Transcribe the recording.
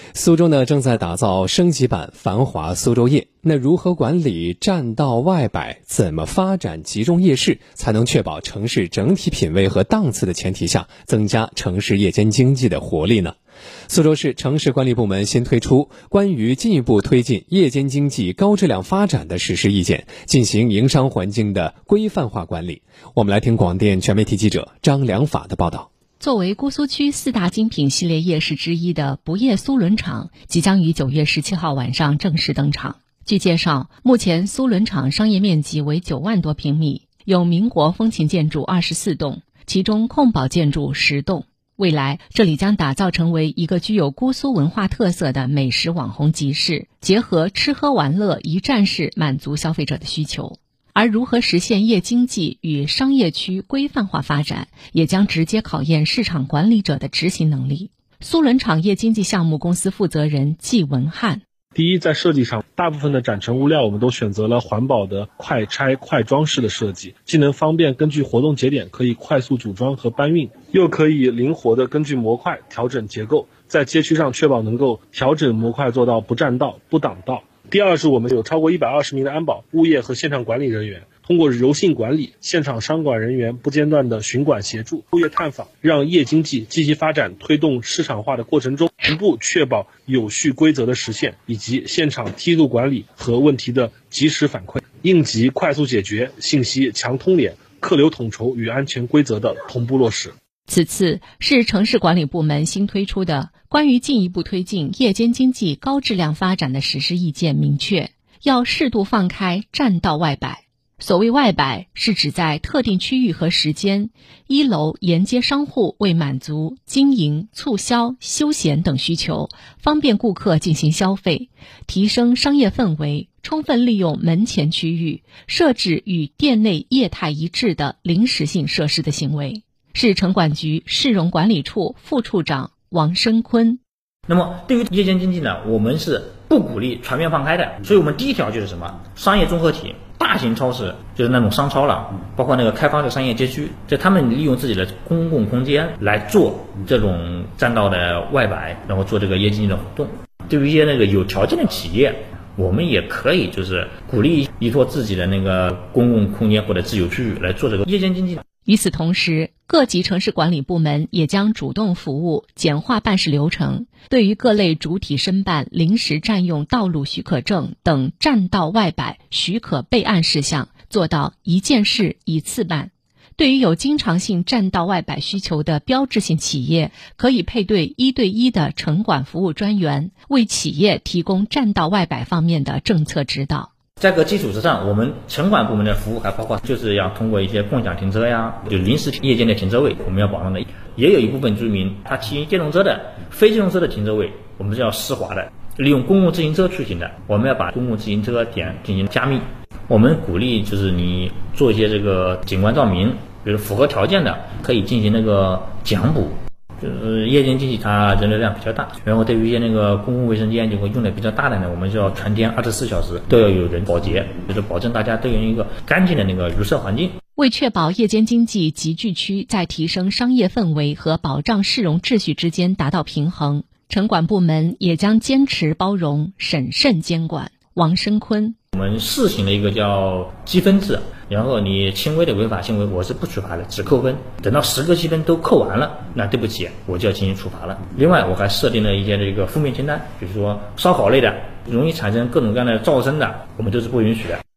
苏州呢正在打造升级版繁华苏州夜，那如何管理占道外摆，怎么发展集中夜市，才能确保城市整体品位和档次的前提下，增加城市夜间经济的活力呢？苏州市城市管理部门新推出关于进一步推进夜间经济高质量发展的实施意见，进行营商环境的规范化管理。我们来听广电全媒体记者张良法的报道。 作为姑苏区4大精品系列夜市之一的不夜苏轮场，即将于9月17号晚上正式登场。据介绍，目前苏轮场商业面积为9万多平米，有民国风情建筑24栋，其中控保建筑10栋。未来，这里将打造成为一个具有姑苏文化特色的美食网红集市，结合吃喝玩乐一站式满足消费者的需求。而如何实现夜经济与商业区规范化发展，也将直接考验市场管理者的执行能力。苏轮场夜经济项目公司负责人季文翰： 第一，在设计上，大部分的展陈物料我们都选择了环保的快拆快装式的设计，既能方便根据活动节点可以快速组装和搬运，又可以灵活的根据模块调整结构，在街区上确保能够调整模块做到不占道、不挡道。第二是我们有超过120名的安保、物业和现场管理人员，通过柔性管理、现场商管人员不间断的巡管协助、物业探访，让夜经济积极发展推动市场化的过程中，同步确保有序规则的实现，以及现场梯度管理和问题的及时反馈，应急快速解决，信息强通联，客流统筹与安全规则的同步落实。 此次是城市管理部门新推出的关于进一步推进夜间经济高质量发展的实施意见明确，要适度放开占道外摆。所谓外摆，是指在特定区域和时间，一楼沿街商户为满足经营、促销、休闲等需求，方便顾客进行消费，提升商业氛围，充分利用门前区域，设置与店内业态一致的临时性设施的行为。市城管局市容管理处副处长王生坤： 那么对于夜间经济呢，我们是不鼓励全面放开的，所以我们第一条就是什么？商业综合体、大型超市，就是那种商超了，包括那个开发的商业街区，就他们利用自己的公共空间来做这种占道的外摆，然后做这个夜经济的活动。对于一些那个有条件的企业，我们也可以就是鼓励依托自己的那个公共空间或者自有区域来做这个夜间经济。 与此同时，各级城市管理部门也将主动服务，简化办事流程，对于各类主体申办临时占用道路许可证等占道外摆许可备案事项，做到一件事一次办。对于有经常性占道外摆需求的标志性企业，可以配对1对1的城管服务专员，为企业提供占道外摆方面的政策指导。 在这个基础之上，我们城管部门的服务还包括就是要通过一些共享停车呀，就临时夜间的停车位，我们要保障的。也有一部分居民他骑电动车的、非电动车的停车位，我们是要湿滑的，利用公共自行车出行的，我们要把公共自行车点进行加密。我们鼓励就是你做一些这个景观照明，比如符合条件的可以进行那个奖补。就是夜间经济它人流量比较大，然后对于一些那个公共卫生间就会用的比较大的呢，我们就要全天24小时都要有人保洁，就是保证大家都有一个干净的那个入社环境。 为确保夜间经济集聚区在提升商业氛围和保障市容秩序之间达到平衡，城管部门也将坚持包容、审慎监管。王生坤： 我们试行了一个叫积分制，然后你轻微的违法行为我是不处罚的，只扣分，等到10个积分都扣完了，那对不起我就要进行处罚了。另外我还设定了一些这个负面清单，比如说烧烤类的容易产生各种各样的噪声的，我们都是不允许的。